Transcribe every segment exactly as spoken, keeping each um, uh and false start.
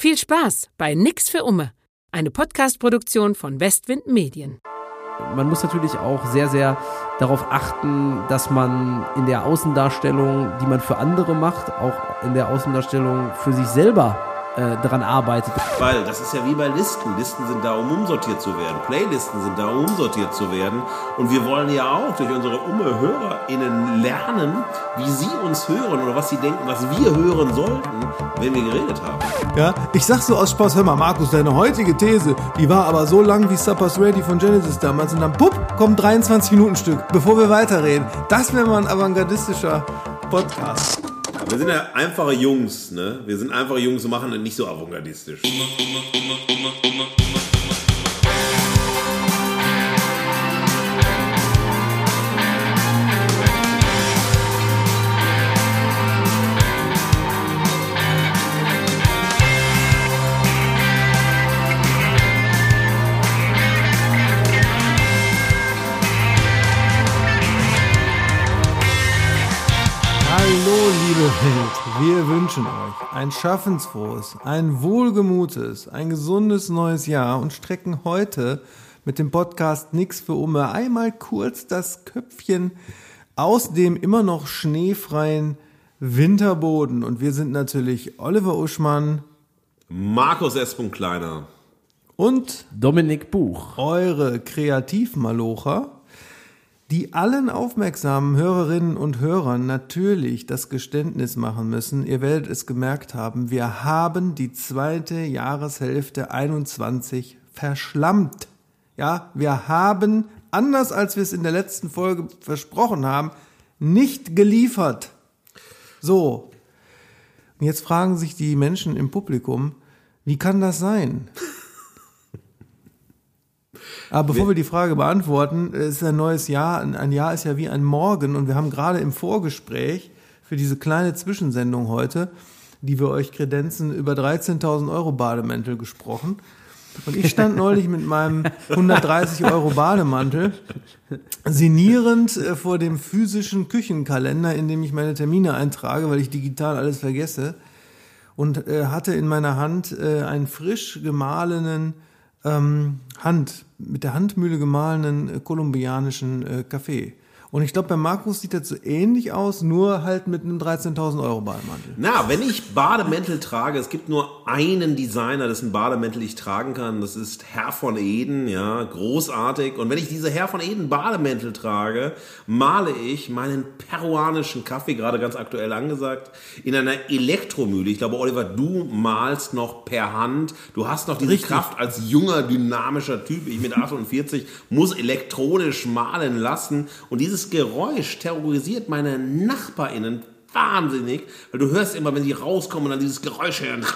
Viel Spaß bei Nix für Umme, eine Podcast-Produktion von Westwind Medien. Man muss natürlich auch sehr, sehr darauf achten, dass man in der Außendarstellung, die man für andere macht, auch in der Außendarstellung für sich selber äh, daran arbeitet. Weil das ist ja wie bei Listen. Listen sind da, um umsortiert zu werden. Playlisten sind da, um umsortiert zu werden. Und wir wollen ja auch durch unsere Umme-HörerInnen lernen, wie sie uns hören oder was sie denken, was wir hören sollten, wenn wir geredet haben. Ja, ich sag so aus Spaß, hör mal, Markus, deine heutige These, die war aber so lang wie Supper's Ready von Genesis damals und dann, pupp, kommt dreiundzwanzig Minuten Stück, bevor wir weiterreden. Das wäre mal ein avantgardistischer Podcast. Ja, wir sind ja einfache Jungs, ne? Wir sind einfache Jungs und machen das nicht so avantgardistisch. Hallo liebe Welt, wir wünschen euch ein schaffensfrohes, ein wohlgemutes, ein gesundes neues Jahr und strecken heute mit dem Podcast Nix für Umme einmal kurz das Köpfchen aus dem immer noch schneefreien Winterboden. Und wir sind natürlich Oliver Uschmann, Markus S. Kleiner und Dominik Buch, eure Kreativmalocher, die allen aufmerksamen Hörerinnen und Hörern natürlich das Geständnis machen müssen, ihr werdet es gemerkt haben, wir haben die zweite Jahreshälfte einundzwanzig verschlammt. Ja, wir haben, anders als wir es in der letzten Folge versprochen haben, nicht geliefert. So, und jetzt fragen sich die Menschen im Publikum, wie kann das sein? Aber bevor wir die Frage beantworten, es ist ein neues Jahr. Ein Jahr ist ja wie ein Morgen und wir haben gerade im Vorgespräch für diese kleine Zwischensendung heute, die wir euch kredenzen, über dreizehntausend Euro Bademäntel gesprochen. Und ich stand neulich mit meinem hundertdreißig Euro Bademantel sinnierend vor dem physischen Küchenkalender, in dem ich meine Termine eintrage, weil ich digital alles vergesse, und hatte in meiner Hand einen frisch gemahlenen Ähm, Hand, mit der Handmühle gemahlenen äh, kolumbianischen äh, Kaffee. Und ich glaube, bei Markus sieht das so ähnlich aus, nur halt mit einem dreizehntausend Euro Bademantel. Na, wenn ich Bademäntel trage, es gibt nur einen Designer, dessen Bademäntel ich tragen kann, das ist Herr von Eden, ja, großartig. Und wenn ich diese Herr von Eden Bademäntel trage, male ich meinen peruanischen Kaffee, gerade ganz aktuell angesagt, in einer Elektromühle. Ich glaube, Oliver, du malst noch per Hand, du hast noch diese Richtig. Kraft als junger, dynamischer Typ. Ich mit achtundvierzig muss elektronisch malen lassen und dieses Geräusch terrorisiert meine NachbarInnen wahnsinnig, weil du hörst immer, wenn sie rauskommen und dann dieses Geräusch hören,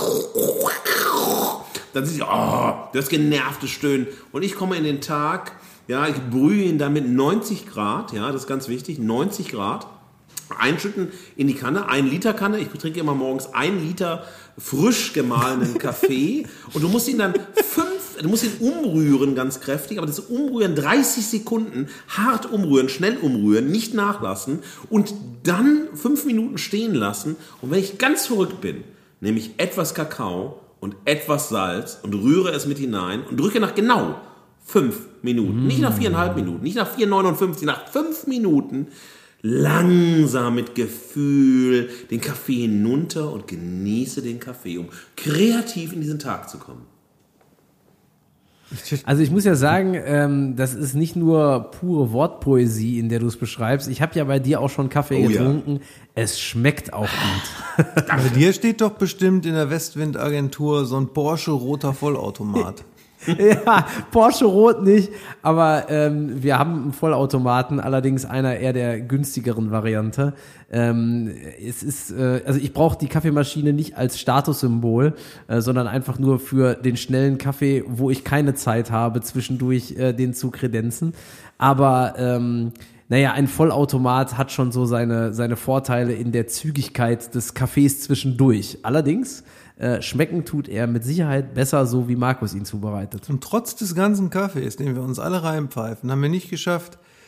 dann sind sie, oh, das genervte Stöhnen. Und ich komme in den Tag, ja, ich brühe ihn dann mit neunzig Grad, ja, das ist ganz wichtig, neunzig Grad, einschütten in die Kanne, ein Liter Kanne, ich trinke immer morgens ein Liter frisch gemahlenen Kaffee und du musst ihn dann fünf Du musst ihn umrühren ganz kräftig, aber das Umrühren dreißig Sekunden, hart umrühren, schnell umrühren, nicht nachlassen und dann fünf Minuten stehen lassen. Und wenn ich ganz verrückt bin, nehme ich etwas Kakao und etwas Salz und rühre es mit hinein und drücke nach genau fünf Minuten, mm. nicht nach viereinhalb Minuten, nicht nach vier neunundfünfzig, nach fünf Minuten langsam mit Gefühl den Kaffee hinunter und genieße den Kaffee, um kreativ in diesen Tag zu kommen. Also ich muss ja sagen, ähm, das ist nicht nur pure Wortpoesie, in der du es beschreibst. Ich habe ja bei dir auch schon Kaffee oh, getrunken. Ja. Es schmeckt auch gut. Bei dir steht doch bestimmt in der Westwind-Agentur so ein Porsche roter Vollautomat. Ja, Porsche Rot nicht, aber ähm, wir haben einen Vollautomaten, allerdings einer eher der günstigeren Variante. Ähm, es ist, äh, also ich brauche die Kaffeemaschine nicht als Statussymbol, äh, sondern einfach nur für den schnellen Kaffee, wo ich keine Zeit habe, zwischendurch äh, den zu kredenzen. Aber ähm, naja, ein Vollautomat hat schon so seine, seine Vorteile in der Zügigkeit des Kaffees zwischendurch. Allerdings Äh, schmecken tut er mit Sicherheit besser, so wie Markus ihn zubereitet. Und trotz des ganzen Kaffees, den wir uns alle reinpfeifen, haben wir nicht geschafft,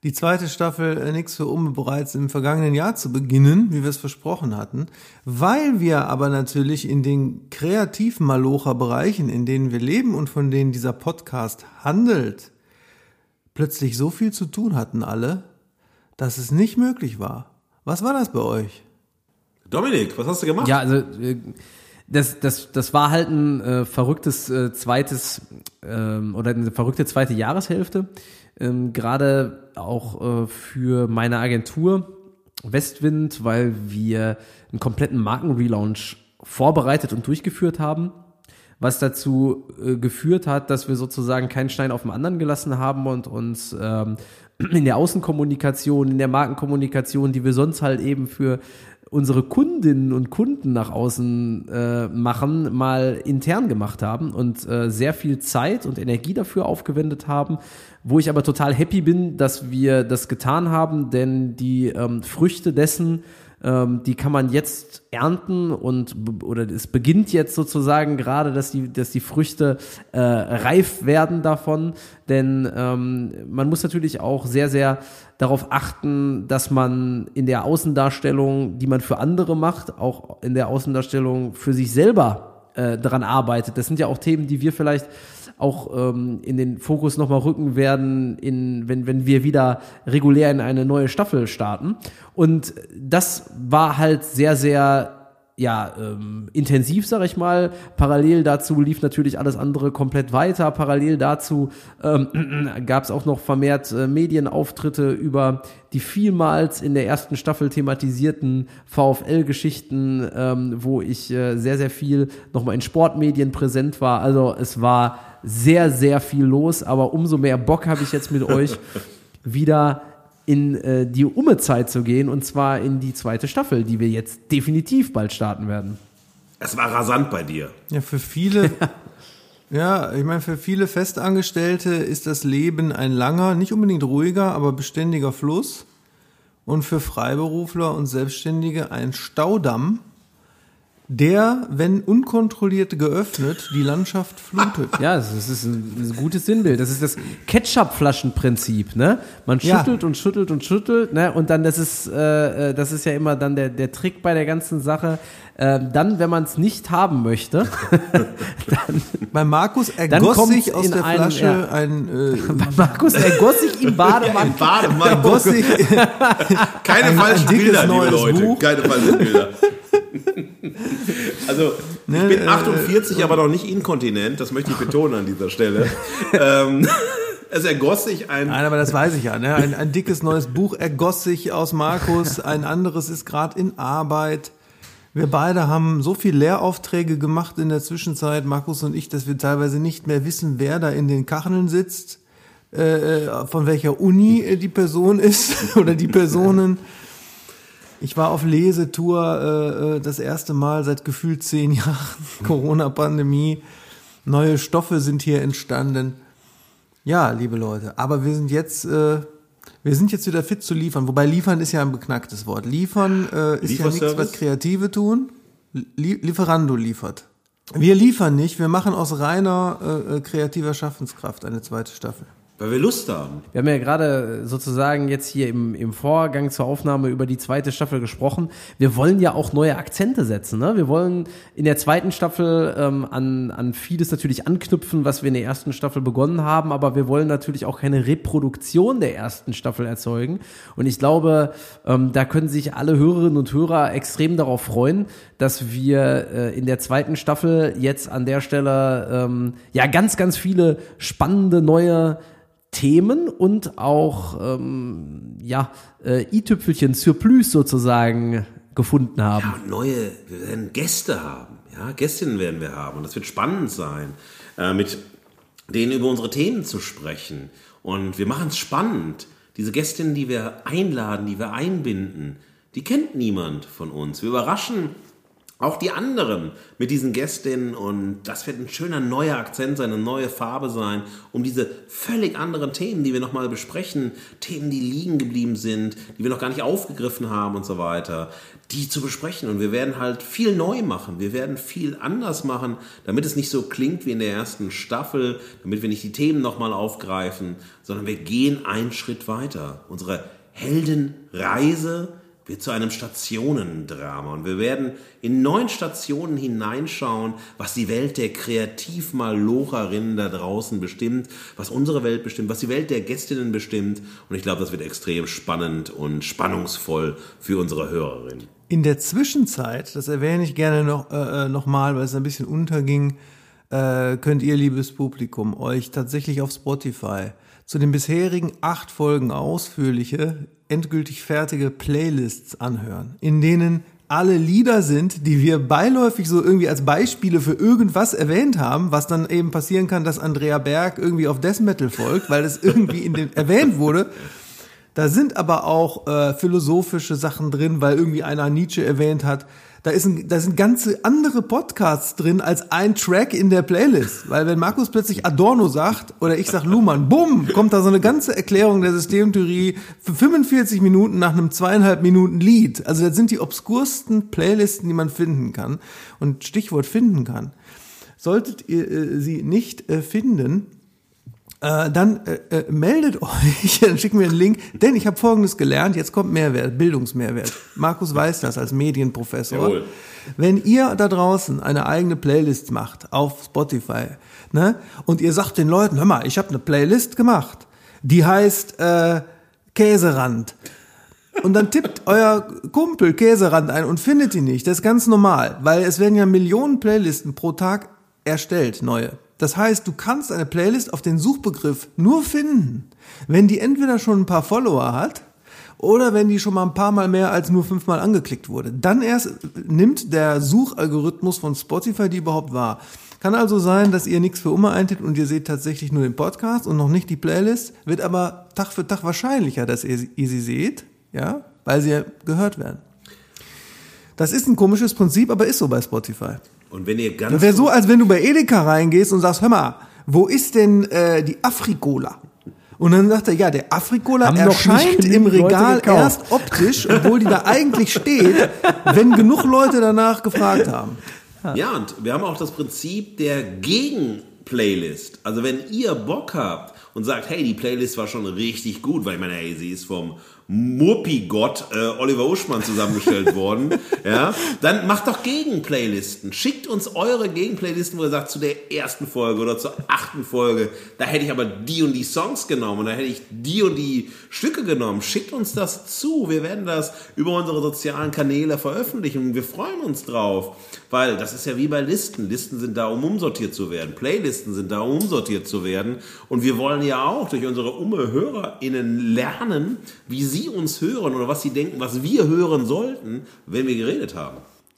die zweite Staffel äh, Nix für Umme bereits im vergangenen Jahr zu beginnen, wie wir es versprochen hatten. Weil wir aber natürlich in den kreativen Malocher-Bereichen, in denen wir leben und von denen dieser Podcast handelt, plötzlich so viel zu tun hatten alle, dass es nicht möglich war. Was war das bei euch? Dominik, was hast du gemacht? Ja, also äh, das, das, das war halt ein äh, verrücktes äh, zweites ähm, oder eine verrückte zweite Jahreshälfte. Ähm, gerade auch äh, für meine Agentur Westwind, weil wir einen kompletten Markenrelaunch vorbereitet und durchgeführt haben, was dazu äh, geführt hat, dass wir sozusagen keinen Stein auf dem anderen gelassen haben und uns ähm, in der Außenkommunikation, in der Markenkommunikation, die wir sonst halt eben für unsere Kundinnen und Kunden nach außen äh, machen, mal intern gemacht haben und äh, sehr viel Zeit und Energie dafür aufgewendet haben, wo ich aber total happy bin, dass wir das getan haben, denn die ähm, Früchte dessen, ähm, die kann man jetzt ernten und oder es beginnt jetzt sozusagen gerade, dass die dass die Früchte äh, reif werden davon, denn ähm, man muss natürlich auch sehr sehr darauf achten, dass man in der Außendarstellung, die man für andere macht, auch in der Außendarstellung für sich selber äh, daran arbeitet. Das sind ja auch Themen, die wir vielleicht auch ähm, in den Fokus nochmal rücken werden, in, wenn, wenn wir wieder regulär in eine neue Staffel starten. Und das war halt sehr, sehr ja, ähm, intensiv, sag ich mal. Parallel dazu lief natürlich alles andere komplett weiter. Parallel dazu ähm, gab es auch noch vermehrt äh, Medienauftritte über die vielmals in der ersten Staffel thematisierten VfL-Geschichten, ähm, wo ich äh, sehr, sehr viel nochmal in Sportmedien präsent war. Also es war sehr, sehr viel los, aber umso mehr Bock habe ich jetzt mit euch wieder in äh, die Umme-Zeit zu gehen, und zwar in die zweite Staffel, die wir jetzt definitiv bald starten werden. Es war rasant bei dir. Ja, für viele, ja, ich meine, für viele Festangestellte ist das Leben ein langer, nicht unbedingt ruhiger, aber beständiger Fluss. Und für Freiberufler und Selbstständige ein Staudamm, der, wenn unkontrolliert geöffnet, die Landschaft flutet. Ja, das ist ein, das ist ein gutes Sinnbild. Das ist das Ketchup-Flaschenprinzip, ne? Man schüttelt ja. und schüttelt und schüttelt, ne? Und dann, das ist, äh, das ist ja immer dann der, der Trick bei der ganzen Sache. Äh, dann, wenn man es nicht haben möchte, dann, bei Markus ergoss sich aus der einen, Flasche ja. ein, äh, bei Markus ergoss sich im Bademantel. Bademantel. Ergoss sich keine ein, falschen ein Bilder, liebe Leute. Buch. Keine falschen Bilder. Also, ich bin achtundvierzig, äh, aber noch nicht inkontinent, das möchte ich betonen an dieser Stelle. ähm, es ergoss sich ein... Nein, aber das weiß ich ja. Ne? Ein, ein dickes neues Buch ergoss sich aus Markus, ein anderes ist gerade in Arbeit. Wir beide haben so viel Lehraufträge gemacht in der Zwischenzeit, Markus und ich, dass wir teilweise nicht mehr wissen, wer da in den Kacheln sitzt, äh, von welcher Uni die Person ist oder die Personen. Ich war auf Lesetour äh, das erste Mal seit gefühlt zehn Jahren, Corona-Pandemie. Neue Stoffe sind hier entstanden. Ja, liebe Leute, aber wir sind jetzt, äh, wir sind jetzt wieder fit zu liefern. Wobei liefern ist ja ein beknacktes Wort. Liefern äh, ist ja nichts, was Kreative tun. Lie- Lieferando liefert. Wir liefern nicht, wir machen aus reiner äh, kreativer Schaffenskraft eine zweite Staffel. Weil wir Lust haben. Wir haben ja gerade sozusagen jetzt hier im, im Vorgang zur Aufnahme über die zweite Staffel gesprochen. Wir wollen ja auch neue Akzente setzen, ne? Wir wollen in der zweiten Staffel ähm, an, an vieles natürlich anknüpfen, was wir in der ersten Staffel begonnen haben, aber wir wollen natürlich auch keine Reproduktion der ersten Staffel erzeugen. Und ich glaube, ähm, da können sich alle Hörerinnen und Hörer extrem darauf freuen, dass wir äh, in der zweiten Staffel jetzt an der Stelle ähm, ja ganz, ganz viele spannende neue Themen und auch ähm, ja äh, i-Tüpfelchen Surplus sozusagen gefunden haben. Ja, und neue, wir werden Gäste haben, ja, Gästinnen werden wir haben und das wird spannend sein, äh, mit denen über unsere Themen zu sprechen. Und wir machen es spannend. Diese Gästinnen, die wir einladen, die wir einbinden, die kennt niemand von uns. Wir überraschen auch die anderen mit diesen Gästinnen, und das wird ein schöner neuer Akzent sein, eine neue Farbe sein, um diese völlig anderen Themen, die wir nochmal besprechen, Themen, die liegen geblieben sind, die wir noch gar nicht aufgegriffen haben und so weiter, die zu besprechen. Und wir werden halt viel neu machen, wir werden viel anders machen, damit es nicht so klingt wie in der ersten Staffel, damit wir nicht die Themen nochmal aufgreifen, sondern wir gehen einen Schritt weiter. Unsere Heldenreise wird zu einem Stationendrama, und wir werden in neun Stationen hineinschauen, was die Welt der Kreativmalorerinnen da draußen bestimmt, was unsere Welt bestimmt, was die Welt der Gästinnen bestimmt, und ich glaube, das wird extrem spannend und spannungsvoll für unsere Hörerinnen. In der Zwischenzeit, das erwähne ich gerne noch, äh, noch mal, weil es ein bisschen unterging, äh, könnt ihr, liebes Publikum, euch tatsächlich auf Spotify zu den bisherigen acht Folgen ausführliche, endgültig fertige Playlists anhören, in denen alle Lieder sind, die wir beiläufig so irgendwie als Beispiele für irgendwas erwähnt haben, was dann eben passieren kann, dass Andrea Berg irgendwie auf Death Metal folgt, weil das irgendwie in dem erwähnt wurde. Da sind aber auch äh, philosophische Sachen drin, weil irgendwie einer Nietzsche erwähnt hat. Da ist ein, da sind ganze andere Podcasts drin als ein Track in der Playlist. Weil wenn Markus plötzlich Adorno sagt oder ich sag Luhmann, bumm, kommt da so eine ganze Erklärung der Systemtheorie für fünfundvierzig Minuten nach einem zweieinhalb Minuten Lied. Also das sind die obskursten Playlisten, die man finden kann. Und Stichwort finden kann. Solltet ihr äh, sie nicht äh, finden, Äh, dann äh, äh, meldet euch, dann schicken wir einen Link, denn ich habe Folgendes gelernt, jetzt kommt Mehrwert, Bildungsmehrwert. Markus weiß das als Medienprofessor. Jawohl. Wenn ihr da draußen eine eigene Playlist macht auf Spotify, ne, und ihr sagt den Leuten, hör mal, ich habe eine Playlist gemacht, die heißt äh, Käserand. Und dann tippt euer Kumpel Käserand ein und findet ihn nicht. Das ist ganz normal, weil es werden ja Millionen Playlisten pro Tag erstellt, neue. Das heißt, du kannst eine Playlist auf den Suchbegriff nur finden, wenn die entweder schon ein paar Follower hat oder wenn die schon mal ein paar Mal mehr als nur fünfmal angeklickt wurde. Dann erst nimmt der Suchalgorithmus von Spotify die überhaupt wahr. Kann also sein, dass ihr nichts für Umme eintippt und ihr seht tatsächlich nur den Podcast und noch nicht die Playlist, wird aber Tag für Tag wahrscheinlicher, dass ihr, ihr sie seht, ja, weil sie ja gehört werden. Das ist ein komisches Prinzip, aber ist so bei Spotify. Und wenn ihr ganz Das wäre so, als wenn du bei Edeka reingehst und sagst, hör mal, wo ist denn äh, die Afrikola? Und dann sagt er, ja, der Afrikola Haben noch erscheint nicht im genügend Leute Regal gekauft. erst optisch, obwohl die da eigentlich steht, wenn genug Leute danach gefragt haben. Ja, und wir haben auch das Prinzip der Gegen-Playlist. Also wenn ihr Bock habt und sagt, hey, die Playlist war schon richtig gut, weil ich meine, hey, sie ist vom Murpi-Gott äh, Oliver Uschmann zusammengestellt worden, ja, dann macht doch Gegenplaylisten. Schickt uns eure Gegenplaylisten, wo ihr sagt, zu der ersten Folge oder zur achten Folge, da hätte ich aber die und die Songs genommen und da hätte ich die und die Stücke genommen. Schickt uns das zu. Wir werden das über unsere sozialen Kanäle veröffentlichen und wir freuen uns drauf, weil das ist ja wie bei Listen. Listen sind da, um umsortiert zu werden. Playlisten sind da, um umsortiert zu werden. Und wir wollen ja auch durch unsere Umme-HörerInnen lernen, wie sie uns hören oder was sie denken, was wir hören sollten, wenn wir geredet haben.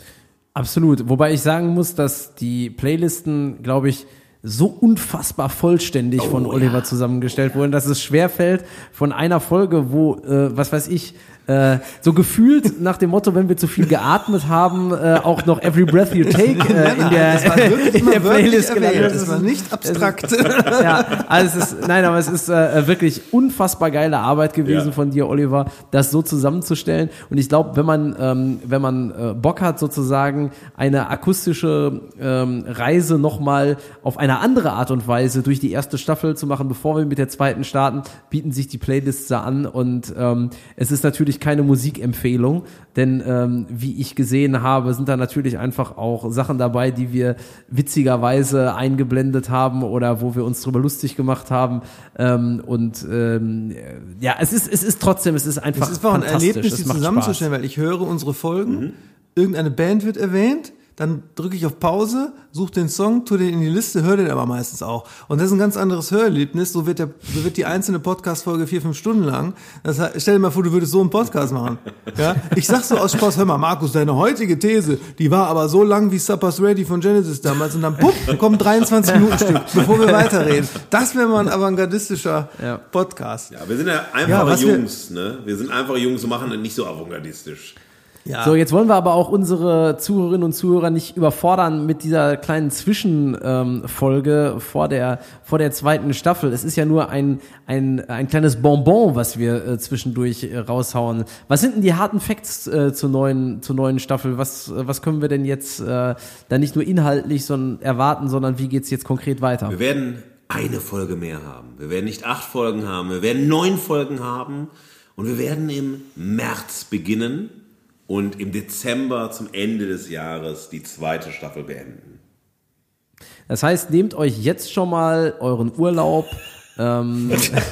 Absolut. Wobei ich sagen muss, dass die Playlisten, glaube ich, so unfassbar vollständig Oh, von Oliver ja. zusammengestellt wurden, dass es schwerfällt, von einer Folge, wo, äh, was weiß ich, äh, so gefühlt nach dem Motto, wenn wir zu viel geatmet haben, äh, auch noch Every Breath You Take äh, in der, Das war wirklich in der immer wörtlich Playlist erwähnt. gelandet. Das war nicht abstrakt. Ja, also es ist, nein, aber es ist äh, wirklich unfassbar geile Arbeit gewesen Ja. von dir, Oliver, das so zusammenzustellen. Und ich glaube, wenn man, ähm, wenn man äh, Bock hat, sozusagen eine akustische ähm, Reise nochmal auf eine andere Art und Weise durch die erste Staffel zu machen, bevor wir mit der zweiten starten, bieten sich die Playlists da an. Und ähm, es ist natürlich keine Musikempfehlung, denn ähm, wie ich gesehen habe, sind da natürlich einfach auch Sachen dabei, die wir witzigerweise eingeblendet haben oder wo wir uns drüber lustig gemacht haben. Ähm, und ähm, ja, es ist es ist trotzdem, es ist einfach Es ist auch ein fantastisch. Erlebnis, Es die macht zusammenzustellen, Spaß. weil ich höre unsere Folgen, irgendeine Band wird erwähnt, dann drücke ich auf Pause, suche den Song, tue den in die Liste, höre den aber meistens auch. Und das ist ein ganz anderes Hörerlebnis. So wird der, so wird die einzelne Podcast-Folge vier, fünf Stunden lang. Das heißt, stell dir mal vor, du würdest so einen Podcast machen. Ja? Ich sag so aus Spaß, hör mal, Markus, deine heutige These, die war aber so lang wie Supper's Ready von Genesis damals. Und dann, puff, kommt dreiundzwanzig Minuten Stück, bevor wir weiterreden. Das wäre mal ein avantgardistischer Ja. Podcast. Ja, wir sind ja einfache Ja, was wir- Jungs, ne? Wir sind einfache Jungs und machen das nicht so avantgardistisch. Ja. So, jetzt wollen wir aber auch unsere Zuhörerinnen und Zuhörer nicht überfordern mit dieser kleinen Zwischenfolge ähm, vor der vor der zweiten Staffel. Es ist ja nur ein ein ein kleines Bonbon, was wir äh, zwischendurch äh, raushauen. Was sind denn die harten Facts äh, zur neuen zur neuen Staffel? Was äh, was können wir denn jetzt äh, da nicht nur inhaltlich sondern erwarten, sondern wie geht's jetzt konkret weiter? Wir werden eine Folge mehr haben. Wir werden nicht acht Folgen haben. Wir werden neun Folgen haben und wir werden im März beginnen. Und im Dezember zum Ende des Jahres die zweite Staffel beenden. Das heißt, nehmt euch jetzt schon mal euren Urlaub ähm,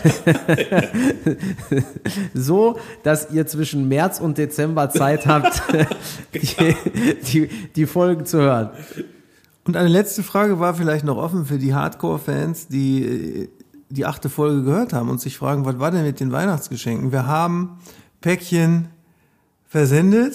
so, dass ihr zwischen März und Dezember Zeit habt, die, die, die Folgen zu hören. Und eine letzte Frage war vielleicht noch offen für die Hardcore-Fans, die die achte Folge gehört haben und sich fragen, was war denn mit den Weihnachtsgeschenken? Wir haben Päckchen versendet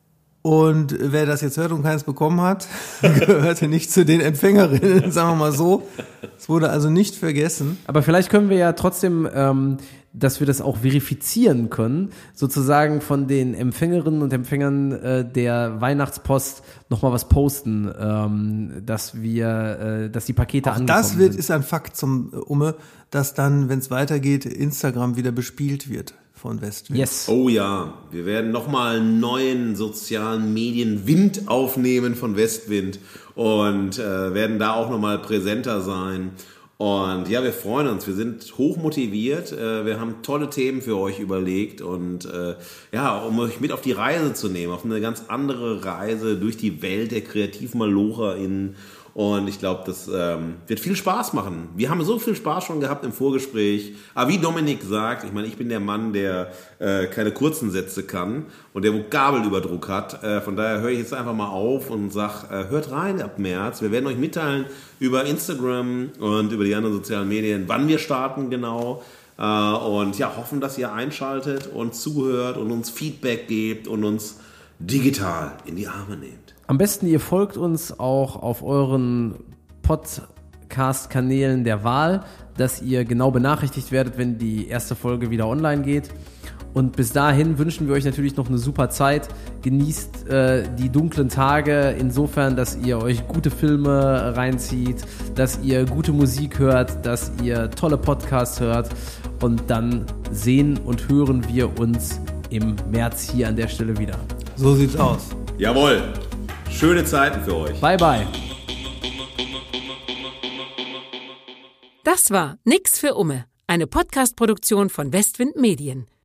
und wer das jetzt hört und keins bekommen hat, gehörte nicht zu den Empfängerinnen, sagen wir mal so. Es wurde also nicht vergessen. Aber vielleicht können wir ja trotzdem, ähm, dass wir das auch verifizieren können, sozusagen von den Empfängerinnen und Empfängern äh, der Weihnachtspost nochmal was posten, ähm, dass wir, äh, dass die Pakete Auch angekommen das wird, sind. ist ein Fakt zum Umme, dass dann, wenn es weitergeht, Instagram wieder bespielt wird von Westwind. Yes. Oh ja, wir werden nochmal einen neuen sozialen Medienwind aufnehmen von Westwind und äh, werden da auch nochmal präsenter sein. Und ja, wir freuen uns, wir sind hoch motiviert, äh, wir haben tolle Themen für euch überlegt und äh, ja, um euch mit auf die Reise zu nehmen, auf eine ganz andere Reise durch die Welt der KreativmalocherInnen. Und ich glaube, das ähm, wird viel Spaß machen. Wir haben so viel Spaß schon gehabt im Vorgespräch. Aber wie Dominik sagt, ich meine, ich bin der Mann, der äh, keine kurzen Sätze kann und der Vokabelüberdruck hat. Äh, von daher höre ich jetzt einfach mal auf und sag, äh, hört rein ab März. Wir werden euch mitteilen über Instagram und über die anderen sozialen Medien, wann wir starten genau. Äh, und ja, hoffen, dass ihr einschaltet und zuhört und uns Feedback gebt und uns digital in die Arme nehmt. Am besten, ihr folgt uns auch auf euren Podcast-Kanälen der Wahl, dass ihr genau benachrichtigt werdet, wenn die erste Folge wieder online geht. Und bis dahin wünschen wir euch natürlich noch eine super Zeit. Genießt äh, die dunklen Tage insofern, dass ihr euch gute Filme reinzieht, dass ihr gute Musik hört, dass ihr tolle Podcasts hört. Und dann sehen und hören wir uns im März hier an der Stelle wieder. So sieht's aus. Jawohl. Schöne Zeiten für euch. Bye, bye. Das war Nix für Umme, eine Podcast-Produktion von Westwind Medien.